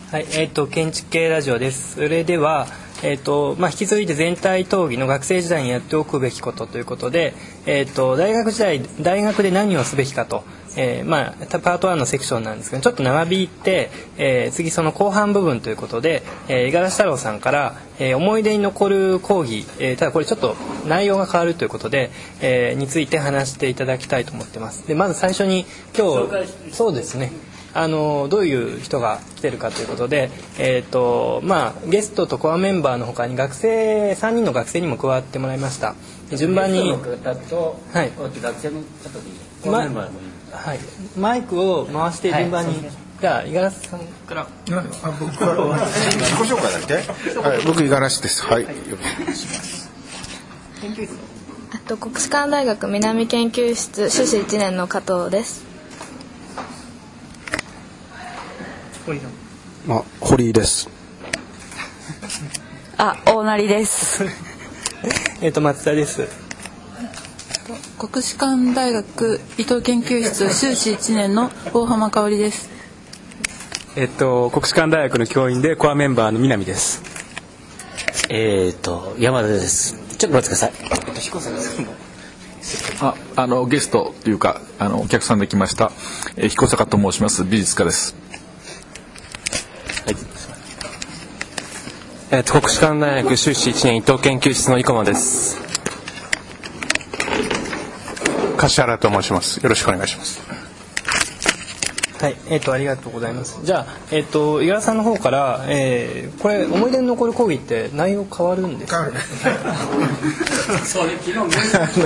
はい、建築系ラジオです。それでは、引き続いて全体討議の学生時代にやっておくべきことということで、大学時代大学で何をすべきかと、パート1のセクションなんですけど、ちょっと長引いて、次その後半部分ということで、五十嵐太郎さんから、思い出に残る講義、ただこれちょっと内容が変わるということで、について話していただきたいと思ってます。でまず最初に今日そうですね、どういう人が来てるかということで、ゲストとコアメンバーの他に学生3人の学生にも加わってもらいました。順番に、 学生の方ではい、マイクを回して順番に、じゃあ五十嵐さんから僕から自己紹介だっけ、はい、僕五十嵐です。はい、よろしくお願いします。 研究室国士舘大学南研究室修士1年の加藤です。 堀井です。 大成です。 松田です。 国士舘大学伊藤研究室修士1年の大浜香織です。 国士舘大学の教員でコアメンバーの南です。 山田です。ちょっと待ってください。 ゲストというかお客さんで来ました、彦坂と申します。美術家です。 国士舘大学修士1年伊藤研究室の生駒です。 柏原と申します。よろしくお願いします。 はい、ありがとうございます。じゃあ、五十嵐さんの方から、これ思い出に残る講義って内容変わるんですか？ それ昨日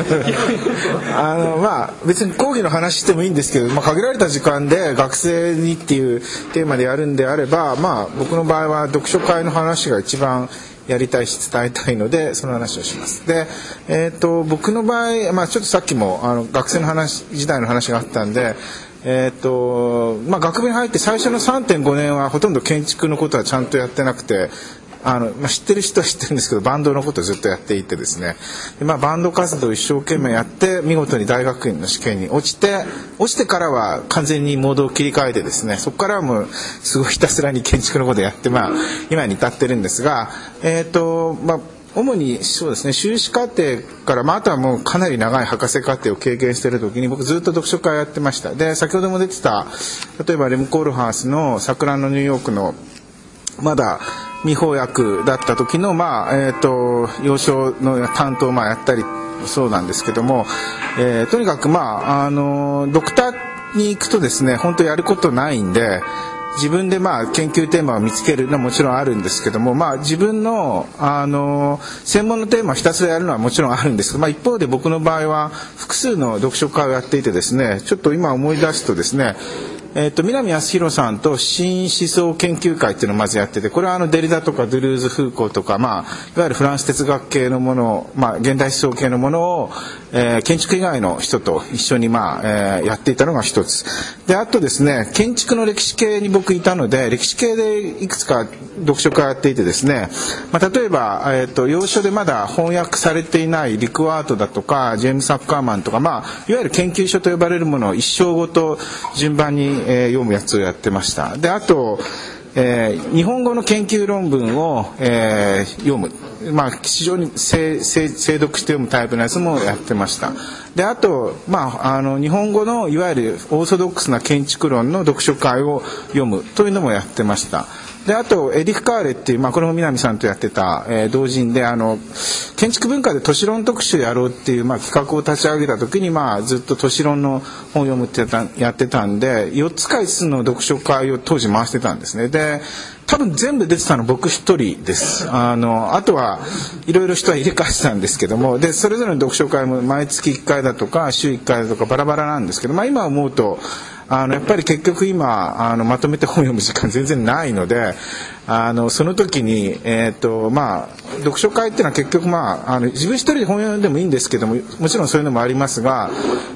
別に講義の話してもいいんですけど、限られた時間で学生にっていうテーマでやるんであれば、僕の場合は読書会の話が一番やりたいし伝えたいのでその話をします。で、僕の場合、ちょっとさっきも学生の話時代の話があったんで、学部に入って最初の 3.5 年はほとんど建築のことはちゃんとやってなくて、知ってる人は知ってるんですけどバンドのことをずっとやっていてですね、で、バンド活動を一生懸命やって見事に大学院の試験に落ちてからは完全にモードを切り替えてですね、そこからはもうすごいひたすらに建築のことをやって、今に至ってるんですが、主にそうですね、修士課程から、あとはもうかなり長い博士課程を経験している時に僕ずっと読書会をやってました。で、先ほども出てた例えばレム・コールハースの桜のニューヨークのまだ未翻訳だった時の要所の担当をやったりそうなんですけども、とにかくドクターに行くとですね、本当やることないんで、自分で研究テーマを見つけるのはもちろんあるんですけども、自分の、専門のテーマをひたすらやるのはもちろんあるんですけど、一方で僕の場合は複数の読書会をやっていてですね、ちょっと今思い出すとですね、南康弘さんと新思想研究会っていうのをまずやってて、これはデリダとかドゥルーズ・フーコーとか、いわゆるフランス哲学系のものを、現代思想系のものを、建築以外の人と一緒にやっていたのが一つで、あとですね、建築の歴史系に僕いたので、歴史系でいくつか読書会をやっていてですね、例えば、要所でまだ翻訳されていないリクワートだとかジェームス・サッカーマンとか、いわゆる研究書と呼ばれるものを一章ごと順番に読むやつをやってました。で、あと、日本語の研究論文を、読む、非常に精読して読むタイプのやつもやってました。で、あと、日本語のいわゆるオーソドックスな建築論の読書会を読むというのもやってました。で、あとエリフ・カーレっていう、これも南さんとやってた、同人で建築文化で都市論特集やろうっていう、企画を立ち上げた時に、ずっと都市論の本を読むってやってたんで、4つか5つの読書会を当時回してたんですね。で、多分全部出てたの僕一人です。あとはいろいろ人は入れ替えてたんですけども、でそれぞれの読書会も毎月1回だとか週1回だとかバラバラなんですけど、今思うとやっぱり結局今まとめて本読む時間全然ないので、その時に読書会っていうのは結局自分一人で本読んでもいいんですけども、もちろんそういうのもありますが、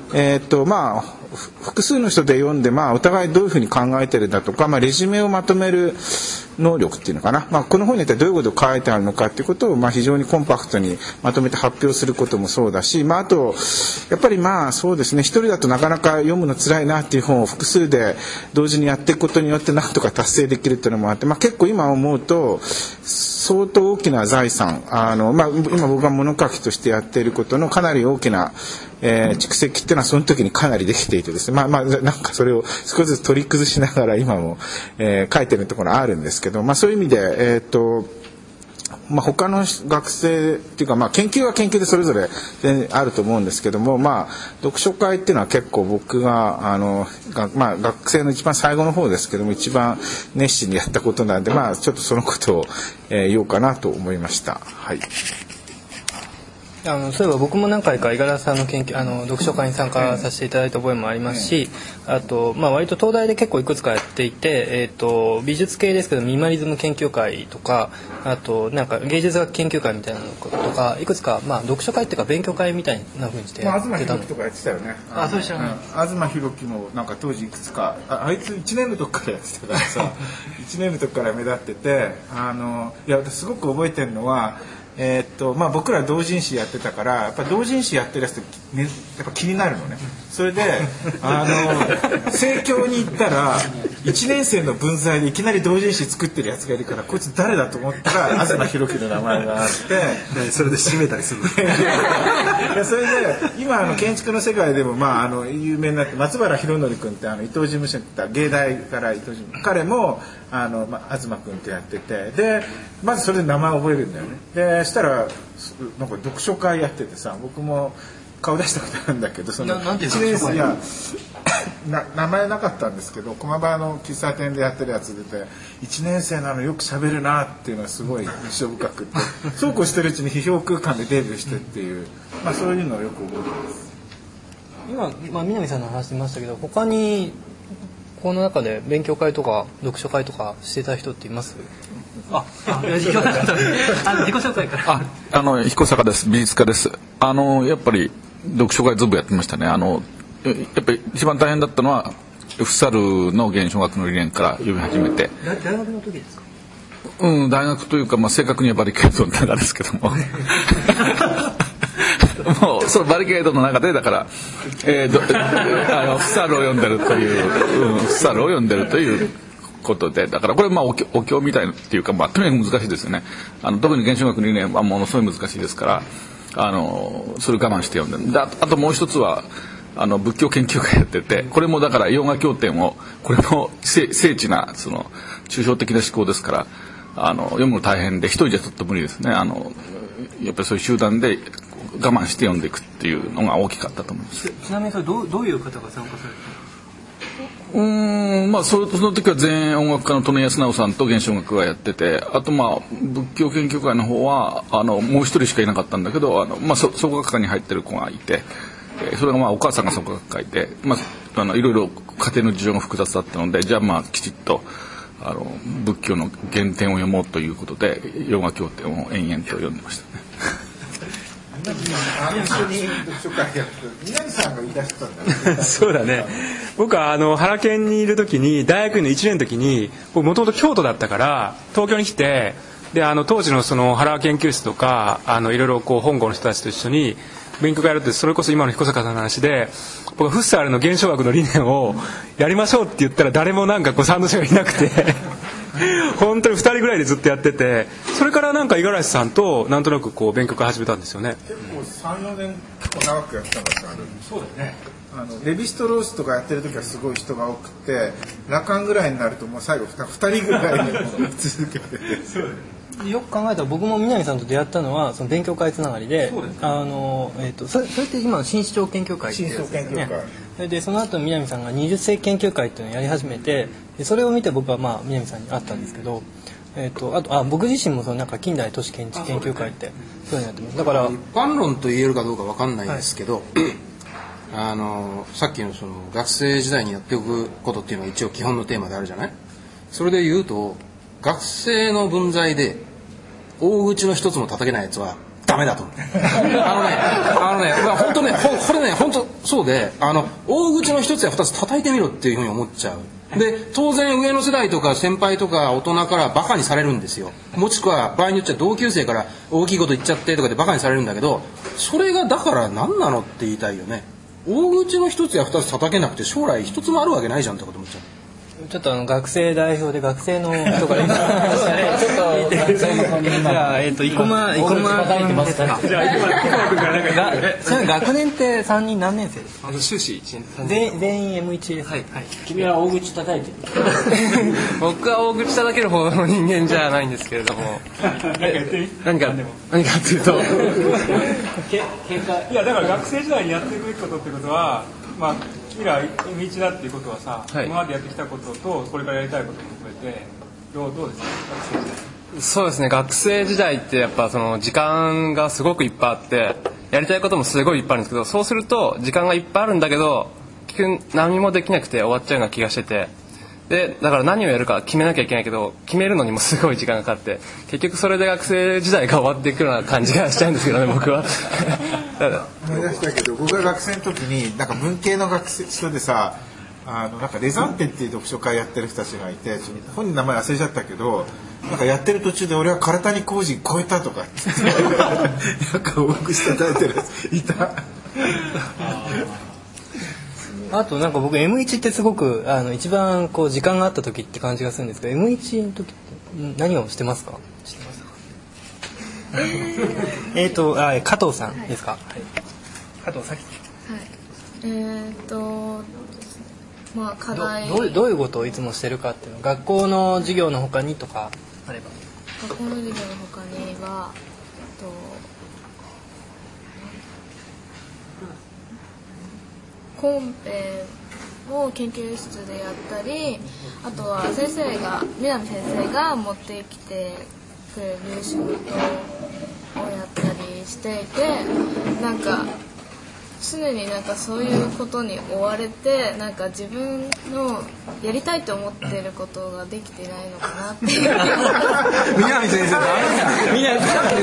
複数の人で読んで、お互いどういうふうに考えてるだとか、レジュメをまとめる能力っていうのかな、この本にはどういうことが書いてあるのかっていうことを、非常にコンパクトにまとめて発表することもそうだし、あとやっぱりそうですね、一人だとなかなか読むの辛いなっていう本を複数で同時にやっていくことによってなんとか達成できるっていうのもあって、結構今思うと相当大きな財産、今僕が物書きとしてやっていることのかなり大きな蓄積っていうのはその時にかなりできていてですね、なんかそれを少しずつ取り崩しながら今も、書いてるところあるんですけど、そういう意味で他の学生っていうか、研究は研究でそれぞれあると思うんですけども、読書会っていうのは結構僕が学生の一番最後の方ですけども一番熱心にやったことなんで、ちょっとそのことを、言おうかなと思いました。はい。 そういえば僕も何回か五十嵐さんの研究読書会に参加させていただいた覚えもありますし、あと、割と東大で結構いくつかやっていて、美術系ですけどミニマリズム研究会とか、あとなんか芸術学研究会みたいなのとかいくつか、読書会っていうか勉強会みたいな風にしてやってたの。 東博樹とかやってたよね。 そう知らない。 東博樹もなんか当時いくつかあいつ1年の時からやってたからさ1年の時から目立ってて、いや私すごく覚えてるのは僕ら同人誌やってたからやっぱ同人誌やってるやつって、やっぱ気になるのね。それで生協に行ったら1年生の文在でいきなり同人誌作ってるやつがいるからこいつ誰だと思ったら東博樹の名前があってそれで締めたりするのそれで今建築の世界でも有名になって松原宏典君って伊藤事務所に行った芸大から伊藤事務所彼も東君ってやってて、でまずそれで名前を覚えるんだよね。でしたらなんか読書会やっててさ、僕も顔出したことあるんだけど、その1年生名前なかったんですけど駒場の喫茶店でやってるやつ出て1年生なのよく喋るなっていうのはすごい印象深くてそうこうしてるうちに批評空間でデビューしてっていう、そういうのをよく覚えてます。 今、南さんの話してましたけど他にこの中で勉強会とか読書会とかしてた人っています？自己紹介から彦坂です。美術家です。やっぱり読書会ずっとやってましたね。やっぱり一番大変だったのはフッサルの現象学の理念から読み始めて。 大学の時ですか？ 大学というか、正確にはバリケードの中ですけどももうそのバリケードの中でだから、フッサルを読んでるという、フッサルを読んでるということで、だからこれお経みたいなっていうか、とにかく難しいですよね。特に現象学理念はものすごい難しいですから、それを我慢して読んでる。であともう一つは仏教研究会やってて、これもだからヨガ経典をこれも精緻なその抽象的な思考ですから読むの大変で一人じゃちょっと無理ですね。やっぱりそういう集団で我慢して読んでいくっていうのが大きかったと思います。 ちなみにそれどういう方が参加されてその時は前音楽家の利根康直さんと現象学がやってて、あと仏教研究会の方はもう一人しかいなかったんだけど創価学会に入ってる子がいて、それがお母さんが創価学会で、いろいろ家庭の事情が複雑だったので、じゃあきちっと仏教の原点を読もうということでヨガ経典を延々と読んでましたね。 南さんが言い出したんだね。 そうだね。僕は原研にいる時に大学院の1年の時にもともと京都だったから東京に来て、で当時のその原研究室とかいろいろ本郷の人たちと一緒に勉強会やるって、それこそ今の彦坂さんの話で僕はフッサルの現象学の理念をやりましょうって言ったら誰も賛同者がいなくて本当に2人ぐらいでずっとやってて、それから五十嵐さんとなんとなく勉強会始めたんですよね。 結構 3,4 年結構長くやってたんですか？そうだね。レヴィストロースとかやってる時はすごい人が多くて、ラカンぐらいになるともう最後2人ぐらいに続けててよく考えたら僕も南さんと出会ったのはその勉強会つながりで、それって今の新思想研究会ってやつですね。でその後南さんが20世紀研究会っていうのをやり始めて、それを見て僕は南さんに会ったんですけど、あと僕自身も近代都市建築研究会ってそういうのやってます。だから一般論と言えるかどうか分かんないんですけど、さっきのその学生時代にやっておくことっていうのは一応基本のテーマであるじゃない。それで言うと学生の分際で大口の一つも叩けないやつはダメだと思う。本当ね、これね、本当そうで、大口の一つや二つ叩いてみろっていうふうに思っちゃう。で、当然上の世代とか先輩とか大人からバカにされるんですよ。もしくは場合によっちゃ同級生から大きいこと言っちゃってとかでバカにされるんだけど、それがだから何なのって言いたいよね。大口の一つや二つ叩けなくて将来一つもあるわけないじゃんってこと思っちゃう。 ちょっと学生代表で学生の人から今ちょっと学生のコンビニじゃあ生駒ですか。じゃあ生駒君からちなみに学年って3人何年生ですか。 修士1年全員 M1 です。はい。 君は大口叩いてる。 僕は大口叩ける方の人間じゃないんですけれども。何かっていうと。 いやだから学生時代にやっていくべきことってことはまあ。君らM1だっていうことはさ、はい、今までやってきたこととこれからやりたいことも含めてどうですか学生時代。 そうですね、学生時代ってやっぱその時間がすごくいっぱいあってやりたいこともすごいいっぱいあるんですけど、そうすると時間がいっぱいあるんだけど何もできなくて終わっちゃうような気がしてて、でだから何をやるか決めなきゃいけないけど決めるのにもすごい時間がかかって結局それで学生時代が終わっていくような感じがしちゃうんですけどね僕は。 思い出したけど僕が学生の時になんか文系の学生人でさなんかレザンペっていう読書会やってる人たちがいて本人の名前忘れちゃったけどなんかやってる途中で俺は唐谷浩二超えたとかなんか大口叩いてるやついた。 あとなんか僕 M1 ってすごく一番こう時間があった時って感じがするんですけど M1 の時って何をしてますか。加藤さんですか。はい、加藤咲。 まあ課題どういうことをいつもしてるかっていうの学校の授業の他にとかあれば。 学校の授業の他にはコンペを研究室でやったり、あとは南先生が持ってきてくれる仕事をやったりしていて、なんか常になんかそういうことに追われてなんか自分のやりたいと思っていることができてないのかなっていう。 南先生ダメじゃん。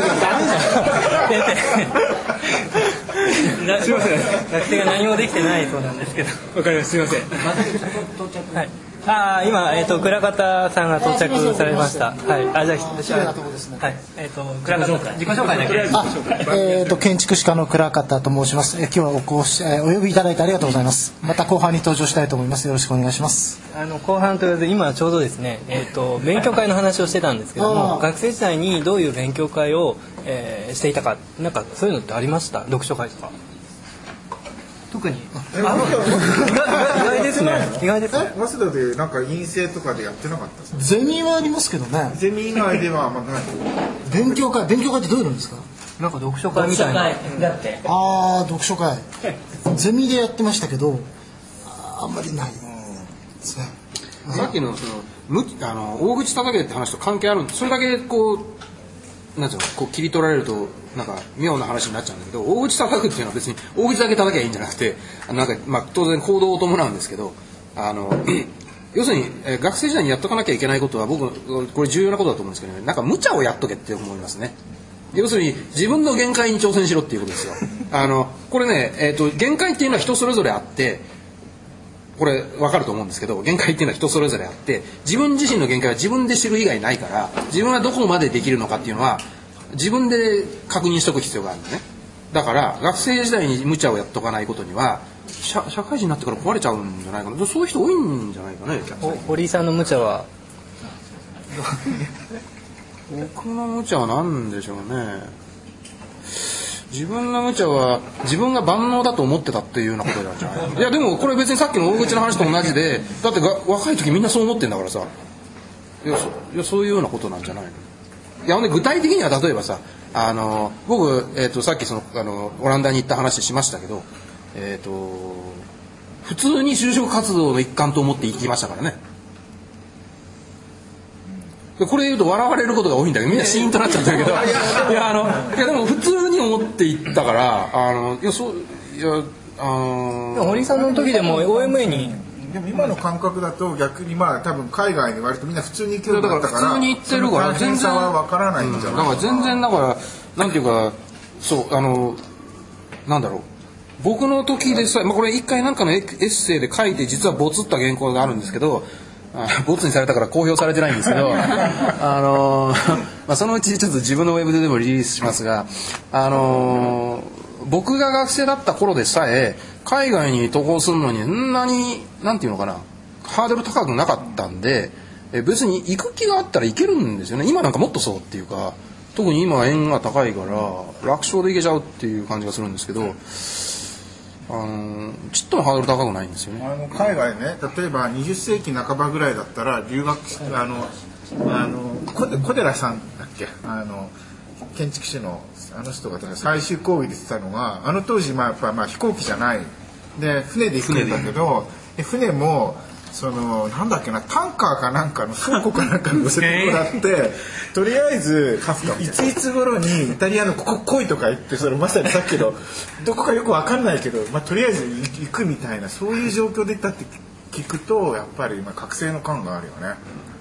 すいません。学生が何もできてないそうなんですけど。 わかります。すいません。 はい。今倉方さんが到着されました。はい。じゃあはい。倉方さん自己紹介だけ。 建築士科の倉方と申します。今日はお呼びいただいてありがとうございます。また後半に登場したいと思います。よろしくお願いします。 後半ということで今ちょうどですね、勉強会の話をしてたんですけども、学生時代にどういう勉強会を、していたか、なんかそういうのってありました？読書会とか。特に意外ですね。 早稲田でなんか院生とかでやってなかったですか？ ゼミはありますけどね。 ゼミ以外ではあんまない。 勉強会ってどういうのですか？ なんか読書会みたいな。 読書会。ゼミでやってましたけど、あんまりないですね。 さっきの大口叩けって話と関係あるんで、それだけこうなんていうのこう切り取られるとなんか妙な話になっちゃうんだけど、大口叩くっていうのは別に大口だけ叩きゃいいんじゃなくて、なんかまあ当然行動を伴うんですけど、要するに、学生時代にやっとかなきゃいけないことは僕これ重要なことだと思うんですけどね、なんか無茶をやっとけって思いますね。要するに自分の限界に挑戦しろっていうことですよ。これね、限界っていうのは人それぞれあって、これ分かると思うんですけど、限界っていうのは人それぞれあって、自分自身の限界は自分で知る以外ないから、自分はどこまでできるのかっていうのは自分で確認しとく必要があるのね。だから学生時代に無茶をやっとかないことには社会人になってから壊れちゃうんじゃないかな。そういう人多いんじゃないかね。 堀井さんの無茶は僕の無茶は何でしょうね。自分の無茶は自分が万能だと思ってたっていうようなことなんじゃない。いやでもこれ別にさっきの大口の話と同じで、だって若い時みんなそう思ってんだからさ、いやそういうようなことなんじゃないの。いや具体的には例えばさ、僕、さっきオランダに行った話しましたけど、普通に就職活動の一環と思って行きましたからね。これ言うと笑われることが多いんだけど、みんなシーンとなっちゃってるけど、いやでも普通に思って行ったから、 堀井さんの時でも OMA に。 でも今の感覚だと逆にまあ多分海外に割とみんな普通に行けるようになったから、 普通に行ってるから全然は分からないんじゃないかな。 だから全然だからなんていうかそうなんだろう、僕の時でさ、これ一回なんかのエッセイで書いて実はボツった原稿があるんですけど、ボツにされたから公表されてないんですけどそのうちちょっと自分のウェブでもリリースしますが、僕が学生だった頃でさえ海外に渡航するのにそんなになんていうのかな、ハードル高くなかったんで、別に行く気があったら行けるんですよね。今なんかもっとそうっていうか、特に今円が高いから楽勝で行けちゃうっていう感じがするんですけど、ちっともハードル高くないんですよね。 海外ね、例えば20世紀半ばぐらいだったら留学小寺さんだっけ、建築士の人が最終講義で言ってたのが、当時やっぱ飛行機じゃないで船で行くんだけど、船もなんだっけな、タンカーかなんかの倉庫かなんかに乗せてもらってとりあえずいついつ頃にイタリアのここ来いとか言って、それまさにさっきのどこかよく分かんないけど、とりあえず行くみたいな、そういう状況で行ったって聞くと、やっぱり覚醒の感があるよね。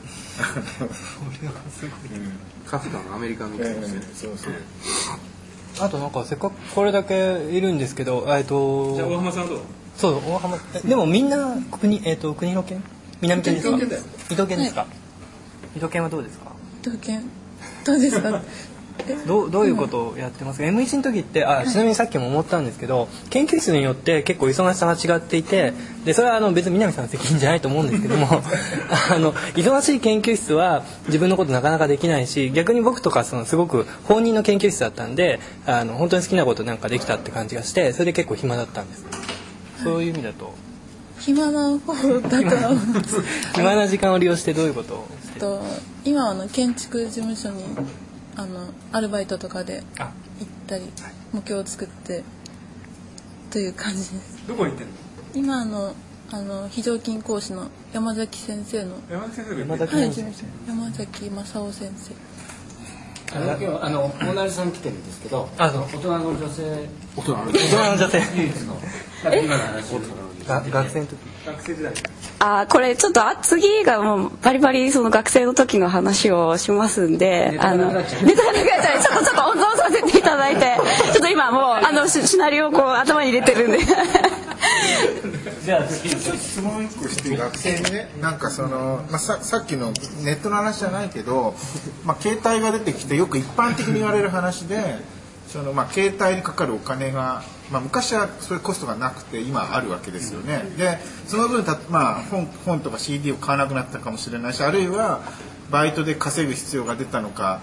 カフカのアメリカみたいな、 そうそう。 あとなんかせっかくこれだけいるんですけど、じゃあ大浜さんはどう？ そう大浜でもみんな国広県南県ですか？伊東県ですか？はい、伊東県はどうですか？ 伊東県どうですか？ どういうことをやってますか？ M1 の時ってちなみにさっきも思ったんですけど、研究室によって結構忙しさが違っていて、でそれは別に南さんの責任じゃないと思うんですけども忙しい研究室は自分のことなかなかできないし、逆に僕とかすごく放任の研究室だったんで、本当に好きなことなんかできたって感じがして、それで結構暇だったんです。そういう意味だと暇な方だと思います暇な時間を利用してどういうことをしてる？ 今建築事務所にアルバイトとかで行ったり目標を作ってという感じです。 どこに行ってんの？ 今非常勤講師の山崎先生の山崎正夫先生。 今日大成さん来てるんですけど、大人の女性唯一の今の話学生の時、学生時代。 これちょっと次がもうバリバリその学生の時の話をしますんで、ネタがなくなっちゃう。ちょっと温存させていただいて、ちょっと今もうシナリオを頭に入れてるんで。 じゃあ質問1個して、学生にね、なんかさっきのネットの話じゃないけど、携帯が出てきてよく一般的に言われる話で、携帯にかかるお金が、昔はそういうコストがなくて今あるわけですよね。でその分本とか CD を買わなくなったかもしれないし、あるいはバイトで稼ぐ必要が出たのか、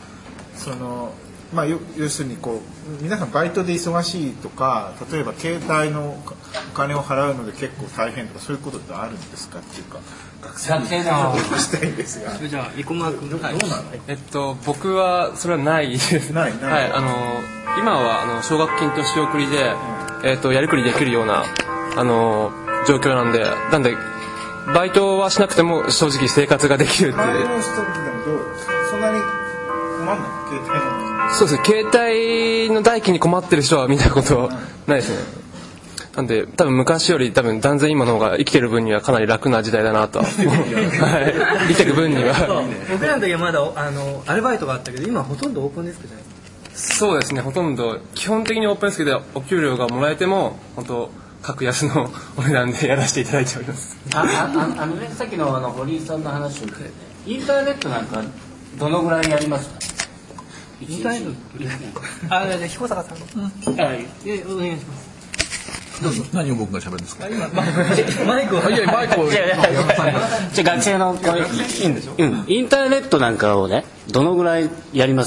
要するに皆さんバイトで忙しいとか、例えば携帯のお金を払うので結構大変とか、そういうことってあるんですかっていうか、学生にしたいんですが。 じゃあ生駒君、どうなの？僕はそれはないです。はい、今は奨学金と仕送りで、やりくりできるような状況なんでバイトはしなくても正直生活ができるって。 バイトをした時でもそんなに困んない？携帯の。 そうですね、携帯の代金に困ってる人は見たことないですね。なんで多分昔より断然今の方が生きてる分にはかなり楽な時代だなとは生きてる分には。 僕らの時はまだアルバイトがあったけど、今ほとんどオープンデスクじゃないですか？ そうですね、ほとんど基本的にオープンデスクでお給料がもらえても本当格安のお値段でやらせていただいております。 さっきの堀井さんの話を聞いて、インターネットなんかどのぐらいやりますか？ インターネット彦坂さんの、お願いします。 どうぞ。何を僕が喋るんですか？ マイクをじゃあ学生のいいんでしょ？インターネットなんかをね、どのぐらいやります？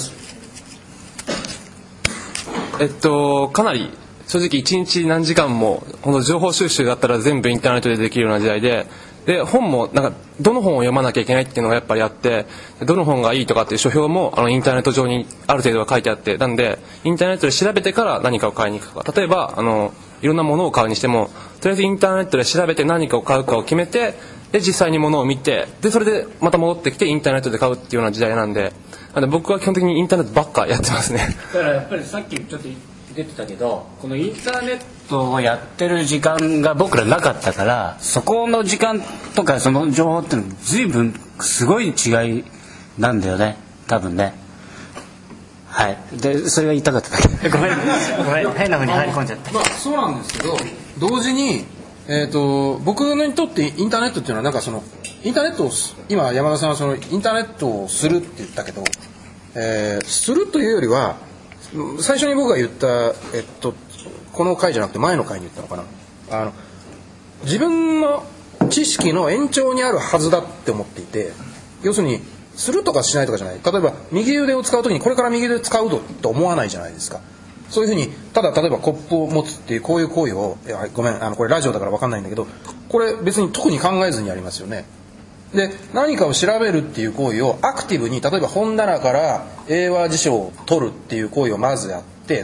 かなり正直1日何時間も本当情報収集だったら全部インターネットでできるような時代で、本もどの本を読まなきゃいけないっていうのがやっぱりあって、どの本がいいとかっていう書評もインターネット上にある程度は書いてあって、なんでインターネットで調べてから何かを買いに行くとか、例えばいろんなものを買うにしてもとりあえずインターネットで調べて何かを買うかを決めて、で実際に物を見て、でそれでまた戻ってきてインターネットで買うっていうような時代なんで僕は基本的にインターネットばっかやってますね。 だからやっぱりさっきちょっと出てたけど、このインターネットをやってる時間が僕らなかったから、そこの時間とかその情報っていうのは随分すごい違いなんだよね、多分ね。 はい、でそれが言いたかっただけごめん変な風に入り込んじゃって、 そうなんですけど、同時に、僕にとってインターネットっていうのはなんかそのインターネットを今山田さんはそのインターネットをするって言ったけど、するというよりは最初に僕が言った、この回じゃなくて前の回に言ったのかな、自分の知識の延長にあるはずだって思っていて、要するにするとかしないとかじゃない、例えば右腕を使う時にこれから右腕使うと思わないじゃないですか。そういうふうにただ例えばコップを持つっていうこういう行為を、ごめんこれラジオだから分かんないんだけど、これ別に特に考えずにやりますよね。で何かを調べるっていう行為をアクティブに、例えば本棚から英和辞書を取るっていう行為をまずやって、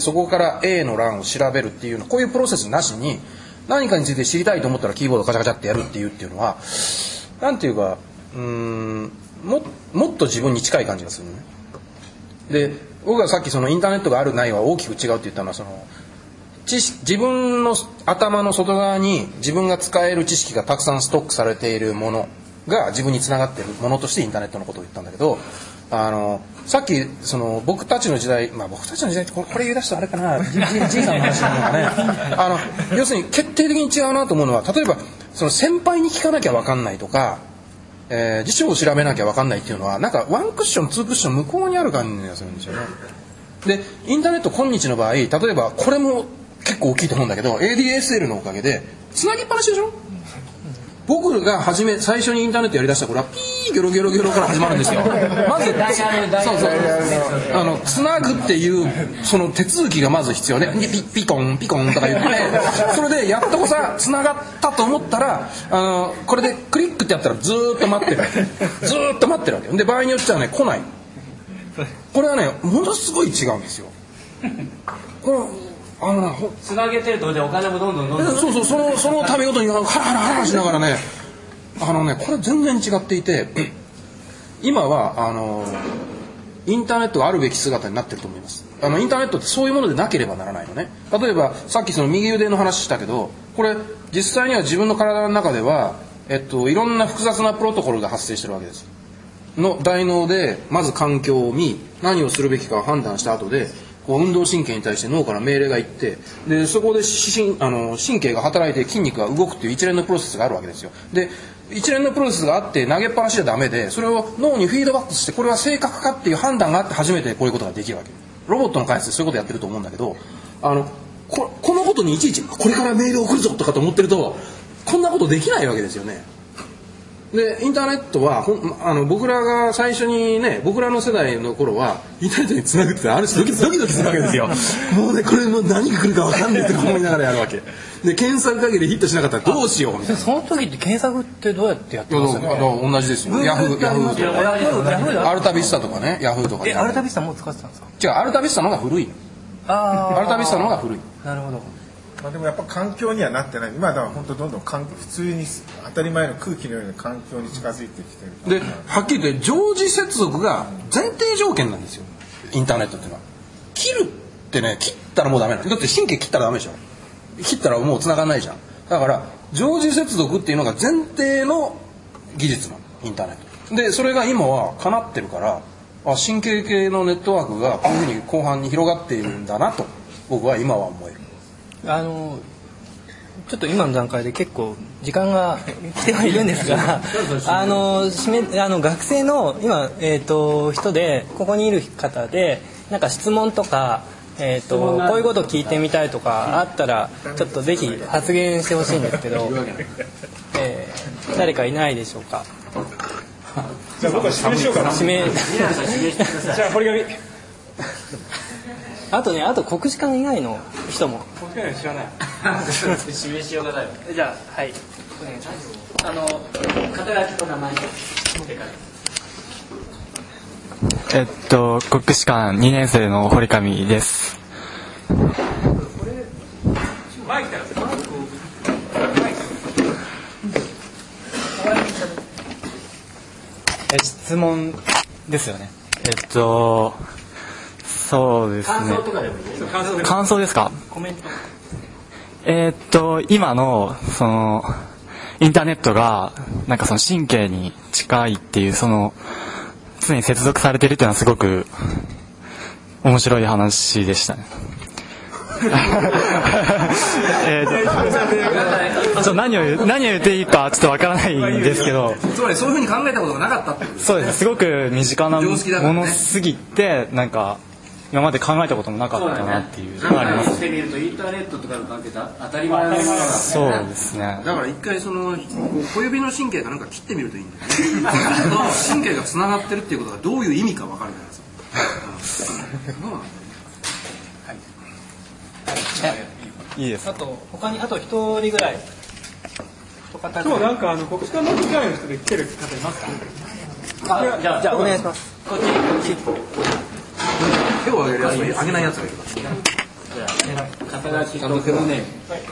そこから A の欄を調べるっていうこういうプロセスなしに何かについて知りたいと思ったらキーボードカチャカチャってやるっていうのはなんていうかもっと自分に近い感じがするのね。で僕がさっきそのインターネットがあるないは大きく違うって言ったのは、その自分の頭の外側に自分が使える知識がたくさんストックされているものが自分につながっているものとしてインターネットのことを言ったんだけど、さっきその僕たちの時代、僕たちの時代ってこれ言い出したらあれかな、じいさんの話なのかね要するに決定的に違うなと思うのは、例えばその先輩に聞かなきゃ分かんないとか、辞書を調べなきゃ分かんないっていうのはなんかワンクッションツークッション向こうにある感じがするんですよね。でインターネット今日の場合、例えばこれも結構大きいと思うんだけど ADSL のおかげでつなぎっぱなしでしょ。僕が最初にインターネットやりだした頃はピーギョロギョロギョロから始まるんですよ。まずつなぐっていうその手続きがまず必要で、ピコンピコンとか言ってそれでやっとこさつながったと思ったらこれでクリックってやったらずーっと待ってるわけで、場合によってはね来ない。これはねものすごい違うんですよ。 つなげてるとでお金もどんどんそうそのためごとにハラハラしながらねこれ全然違っていて、今はインターネットがあるべき姿になってると思います。インターネットってそういうものでなければならないのね。例えばさっきその右腕の話したけど、これ実際には自分の体の中ではいろんな複雑なプロトコルが発生してるわけです。大脳でまず環境を見、何をするべきかを判断した後で運動神経に対して脳から命令がいって、でそこで神経が働いて筋肉が動くっていう一連のプロセスがあるわけですよ。で一連のプロセスがあって投げっぱなしじゃダメで、それを脳にフィードバックしてこれは正確かっていう判断があって初めてこういうことができるわけ。ロボットの開発でそういうことやってると思うんだけど、このことにいちいちこれからメールを送るぞとかと思ってるとこんなことできないわけですよね。でインターネットは僕らが最初にね、僕らの世代の頃はインターネットにつなぐってある種ドキドキするわけですよ。もうねこれも何が来るか分かんないとか思いながらやるわけで、検索かけてヒットしなかったらどうしようみたいな。 その時って検索ってどうやってやってましたか？ 同じですよ。ヤフーアルタビスタとかね、ヤフーとか。 アルタビスタもう使ってたんですか？ 違う、アルタビスタの方が古い。アルタビスタの方が古い。 なるほど。 でもやっぱ環境にはなってない。今だから本当どんどん普通に当たり前の空気のような環境に近づいてきてる。 ではっきり言って常時接続が前提条件なんですよ、インターネットっていうのは。切るってね、切ったらもうダメなんだって。神経切ったらダメでしょ。切ったらもう繋がんないじゃん。だから常時接続っていうのが前提の技術なの、インターネットで。それが今は叶ってるから、神経系のネットワークがこういうふうに広範に広がっているんだなと僕は今は思える。 ちょっと今の段階で結構時間が来てはいるんですが学生の今、人でここにいる方でなんか質問とか、こういうことを聞いてみたいとかあったらちょっとぜひ発言してほしいんですけど、誰かいないでしょうか？ じゃあ僕は指名しようかな。 指名じゃあ堀上あと国士舘以外の人も国士舘知らない指名しようがない。 じゃあはいお願いします。肩書きと名前国士舘2年生の堀上です。質問ですよね。そうですね。 感想とかでもいいですか？ 感想ですか？ コメント。 今のそのインターネットがなんかその神経に近いっていう、その常に接続されてるっていうのはすごく面白い話でしたね。何を言っていいかちょっとわからないんですけど、 つまりそういうふうに考えたことがなかったってことですね。 そうですね、すごく身近なものすぎて、なんか今まで考えたこともなかったなっていうのがあります。 してみるとインターネットとかの関係で当たり前のものなんですね。そうですね。 だから一回その小指の神経かなんか切ってみるといいんだよね。神経がつながってるっていうことがどういう意味か分かるからさ。 いいです。 あと他にあと一人ぐらい。 今日なんか国士舘の機会の人で来てる方いますか？ じゃあお願いします。こっち。 手を挙げるやつと挙げないやつがいるから。 じゃあ肩書きとフルネーム。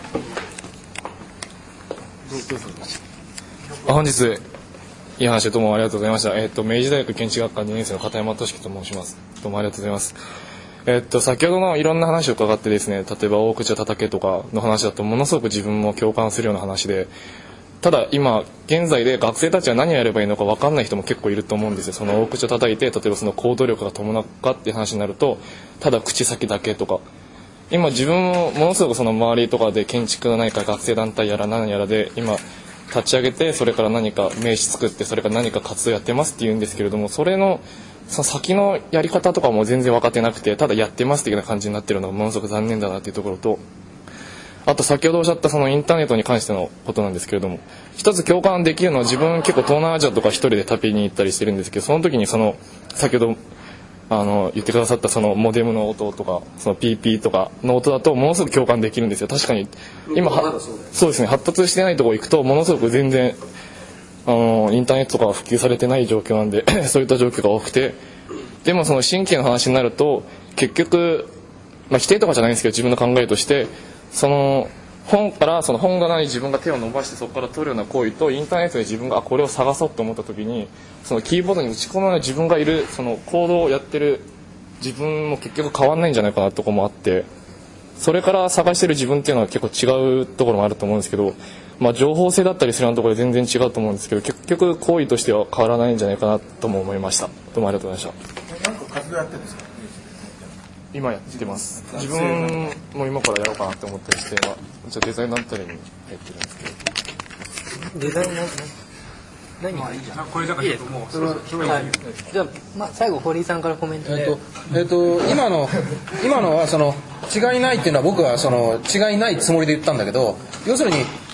本日いい話でどうもありがとうございました。明治大学建築学科2年生の片山俊樹と申します。どうもありがとうございます。先ほどのいろんな話を伺ってですね、例えば大口を叩けとかの話だとものすごく自分も共感するような話で、ただ今現在で学生たちは何をやればいいのか分かんない人も結構いると思うんですよ。その大口を叩いて、例えばその行動力が伴うかっていう話になると、ただ口先だけとか、今自分もものすごくその周りとかで建築がないか学生団体やら何やらで今立ち上げて、それから何か名刺作って、それから何か活動やってますって言うんですけれども、それのその先のやり方とかも全然分かってなくて、ただやってます的な感じになってるのがものすごく残念だなっていうところと、あと先ほどおっしゃったそのインターネットに関してのことなんですけれども、一つ共感できるのは、自分結構東南アジアとか一人で旅に行ったりしてるんですけど、その時にその先ほど言ってくださったそのモデムの音とかその PP とかの音だとものすごく共感できるんですよ。確かに今そうですね、発達してないところ行くとものすごく全然インターネットとか普及されてない状況なんでそういった状況が多くて、でもその神経の話になると結局、否定とかじゃないんですけど、自分の考えとしてその本からその本棚に自分が手を伸ばしてそこから取るような行為と、インターネットで自分がこれを探そうと思った時にそのキーボードに打ち込まない自分がいるその行動をやってる自分も結局変わんないんじゃないかなとこもあって、それから探してる自分っていうのは結構違うところもあると思うんですけど、情報性だったりするようなところで全然違うと思うんですけど、結局行為としては変わらないんじゃないかなとも思いました。どうもありがとうございました。 何か活動やってるんですか？ 今やってます。自分も今からやろうかなって思ったりして、じゃあデザイン団体に入ってるんですけど。 デザイン何いいじゃん。これだからもうそれはいい。じゃあ最後堀井さんからコメントで。 今のはその違いないっていうのは僕はその違いないつもりで言ったんだけど、要するに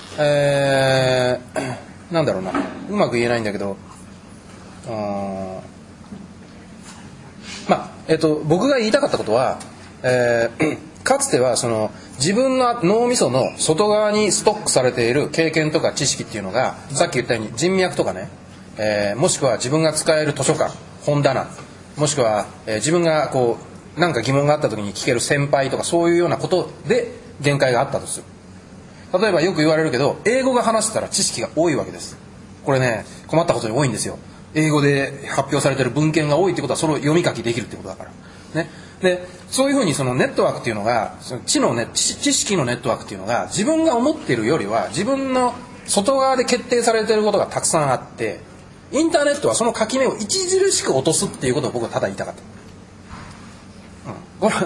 なんだろうな、うまく言えないんだけど、僕が言いたかったことは、かつてはその自分の脳みその外側にストックされている経験とか知識っていうのが、さっき言ったように人脈とかね、もしくは自分が使える図書館、本棚、もしくは、自分がこう何か疑問があった時に聞ける先輩とか、そういうようなことで限界があったとする。例えばよく言われるけど、英語が話してたら知識が多いわけです。これね、困ったことに多いんですよ。英語で発表されている文献が多いってことは、それを読み書きできるってことだからね。でそういうふうにそのネットワークっていうのが、その知識のネットワークっていうのが、自分が思っているよりは自分の外側で決定されていることがたくさんあって、インターネットはその垣根を著しく落とすっていうことを僕はただ言いたかった、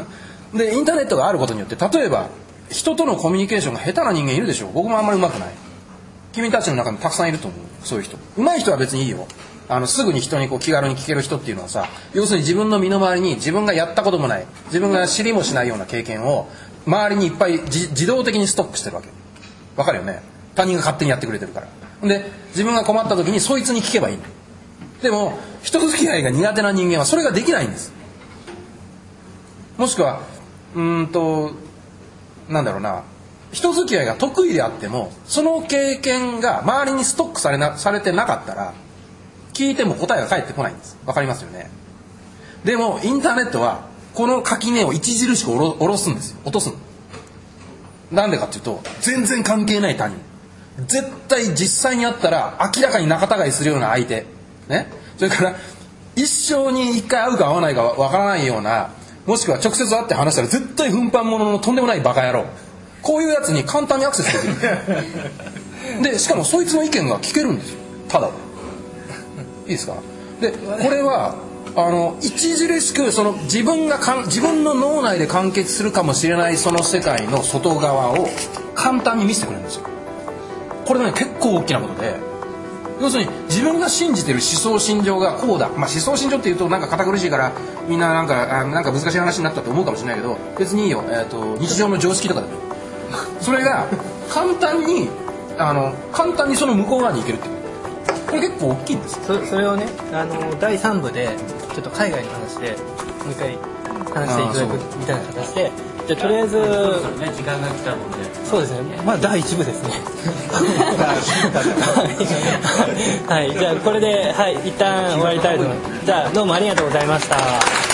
でインターネットがあることによって、例えば人とのコミュニケーションが下手な人間いるでしょう。僕もあんまり上手くない。君たちの中にたくさんいると思う。そういう人、上手い人は別にいいよ。すぐに人にこう気軽に聞ける人っていうのはさ、要するに自分の身の回りに自分がやったこともない、自分が知りもしないような経験を周りにいっぱい自動的にストックしてるわけ。わかるよね。他人が勝手にやってくれてるから。で自分が困った時にそいつに聞けばいいの。でも人付き合いが苦手な人間はそれができないんです。もしくはなんだろうな、人付き合いが得意であっても、その経験が周りにストックされてなかったら、聞いても答えが返ってこないんです。わかりますよね。でもインターネットはこの垣根を著しく下ろすんですよ。落とすの。なんでかっていうと、全然関係ない他人、絶対実際に会ったら明らかに仲違いするような相手ね、それから一生に一回会うか会わないかわからないような、もしくは直接会って話したら絶対運搬物のとんでもないバカ野郎、こういうやつに簡単にアクセスできるでしかもそいつの意見が聞けるんですよ、ただで。いいですか。でこれは著しくその自分の脳内で完結するかもしれないその世界の外側を簡単に見せてくれるんですよ。これね結構大きなことで、要するに自分が信じてる思想信条がこうだ、思想信条っていうとなんか堅苦しいからみんななんか難しい話になったって思うかもしれないけど、別にいいよ、日常の常識とかだとそれが簡単にその向こう側に行けるっていう、これ結構大きいんです。 それをね第3部でちょっと海外の話でもう一回話していただくみたいな形で、じゃあとりあえず時間が来たので、 そうですね、まあ第1部ですねはい、じゃあこれで、はい、一旦終わりたいと思います。じゃあどうもありがとうございました。